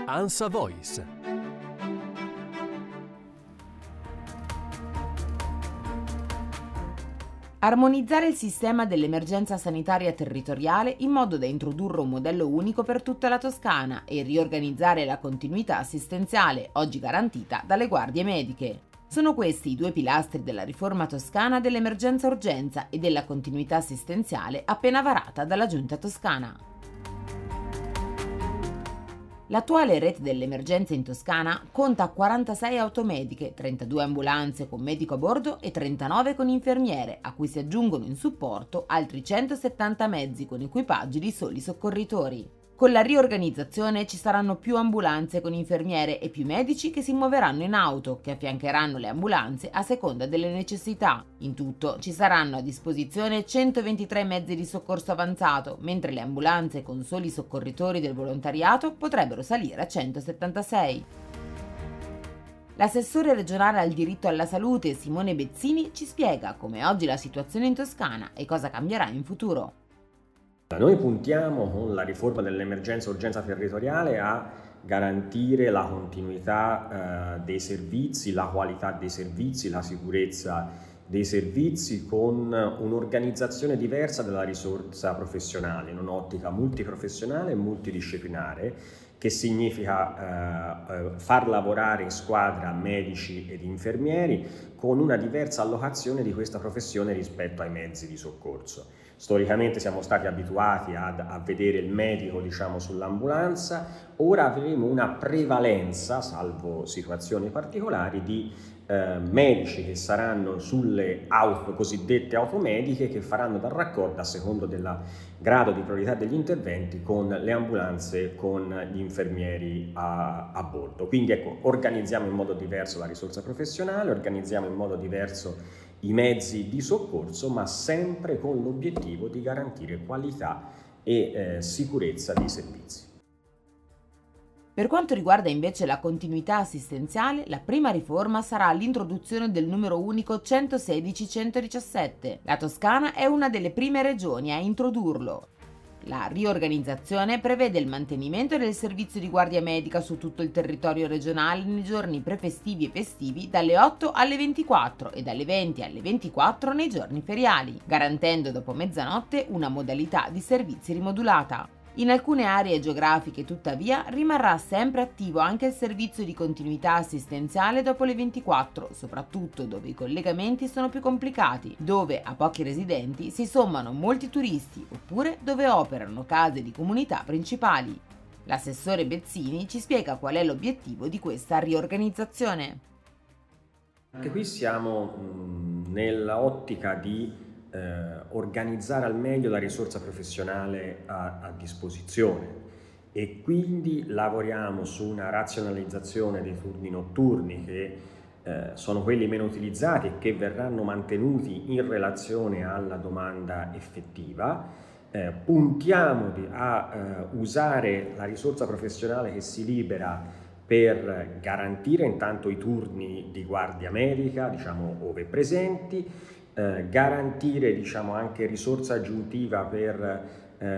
ANSA Voice. Armonizzare il sistema dell'emergenza sanitaria territoriale in modo da introdurre un modello unico per tutta la Toscana e riorganizzare la continuità assistenziale, oggi garantita dalle guardie mediche. Sono questi i due pilastri della riforma toscana dell'emergenza-urgenza e della continuità assistenziale appena varata dalla Giunta toscana. L'attuale rete dell'emergenza in Toscana conta 46 automediche, 32 ambulanze con medico a bordo e 39 con infermiere, a cui si aggiungono in supporto altri 170 mezzi con equipaggi di soli soccorritori. Con la riorganizzazione ci saranno più ambulanze con infermiere e più medici che si muoveranno in auto, che affiancheranno le ambulanze a seconda delle necessità. In tutto ci saranno a disposizione 123 mezzi di soccorso avanzato, mentre le ambulanze con soli soccorritori del volontariato potrebbero salire a 176. L'assessore regionale al diritto alla salute Simone Bezzini ci spiega come oggi la situazione in Toscana e cosa cambierà in futuro. Noi puntiamo con la riforma dell'emergenza-urgenza territoriale a garantire la continuità dei servizi, la qualità dei servizi, la sicurezza dei servizi con un'organizzazione diversa della risorsa professionale, in un'ottica multiprofessionale e multidisciplinare, che significa far lavorare in squadra medici ed infermieri con una diversa allocazione di questa professione rispetto ai mezzi di soccorso. Storicamente siamo stati abituati a vedere il medico, sull'ambulanza, ora avremo una prevalenza, salvo situazioni particolari, di medici che saranno sulle cosiddette automediche, che faranno da raccordo a secondo del grado di priorità degli interventi con le ambulanze, con gli infermieri a bordo. Quindi organizziamo in modo diverso la risorsa professionale, organizziamo in modo diverso i mezzi di soccorso, ma sempre con l'obiettivo di garantire qualità e sicurezza dei servizi. Per quanto riguarda invece la continuità assistenziale, la prima riforma sarà l'introduzione del numero unico 116-117. La Toscana è una delle prime regioni a introdurlo. La riorganizzazione prevede il mantenimento del servizio di guardia medica su tutto il territorio regionale nei giorni prefestivi e festivi dalle 8 alle 24 e dalle 20 alle 24 nei giorni feriali, garantendo dopo mezzanotte una modalità di servizi rimodulata. In alcune aree geografiche, tuttavia, rimarrà sempre attivo anche il servizio di continuità assistenziale dopo le 24, soprattutto dove i collegamenti sono più complicati, dove a pochi residenti si sommano molti turisti oppure dove operano case di comunità principali. L'assessore Bezzini ci spiega qual è l'obiettivo di questa riorganizzazione. Anche qui siamo nell'ottica di organizzare al meglio la risorsa professionale a disposizione e quindi lavoriamo su una razionalizzazione dei turni notturni che sono quelli meno utilizzati e che verranno mantenuti in relazione alla domanda effettiva. Puntiamo a usare la risorsa professionale che si libera per garantire intanto i turni di guardia medica, ove presenti, garantire anche risorsa aggiuntiva per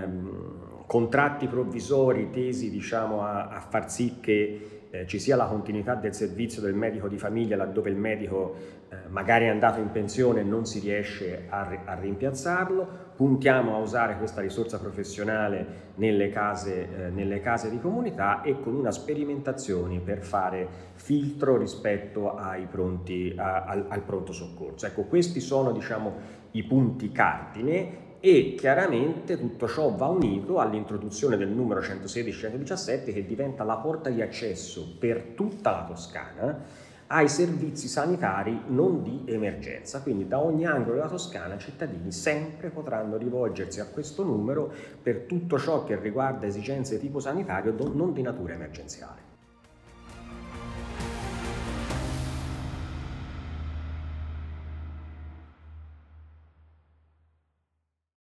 contratti provvisori tesi a far sì che ci sia la continuità del servizio del medico di famiglia laddove il medico magari è andato in pensione e non si riesce a rimpiazzarlo. Puntiamo a usare questa risorsa professionale nelle case di comunità e con una sperimentazione per fare filtro rispetto al pronto soccorso. Questi sono i punti cardine. E chiaramente tutto ciò va unito all'introduzione del numero 116-117 che diventa la porta di accesso per tutta la Toscana ai servizi sanitari non di emergenza. Quindi da ogni angolo della Toscana i cittadini sempre potranno rivolgersi a questo numero per tutto ciò che riguarda esigenze di tipo sanitario non di natura emergenziale.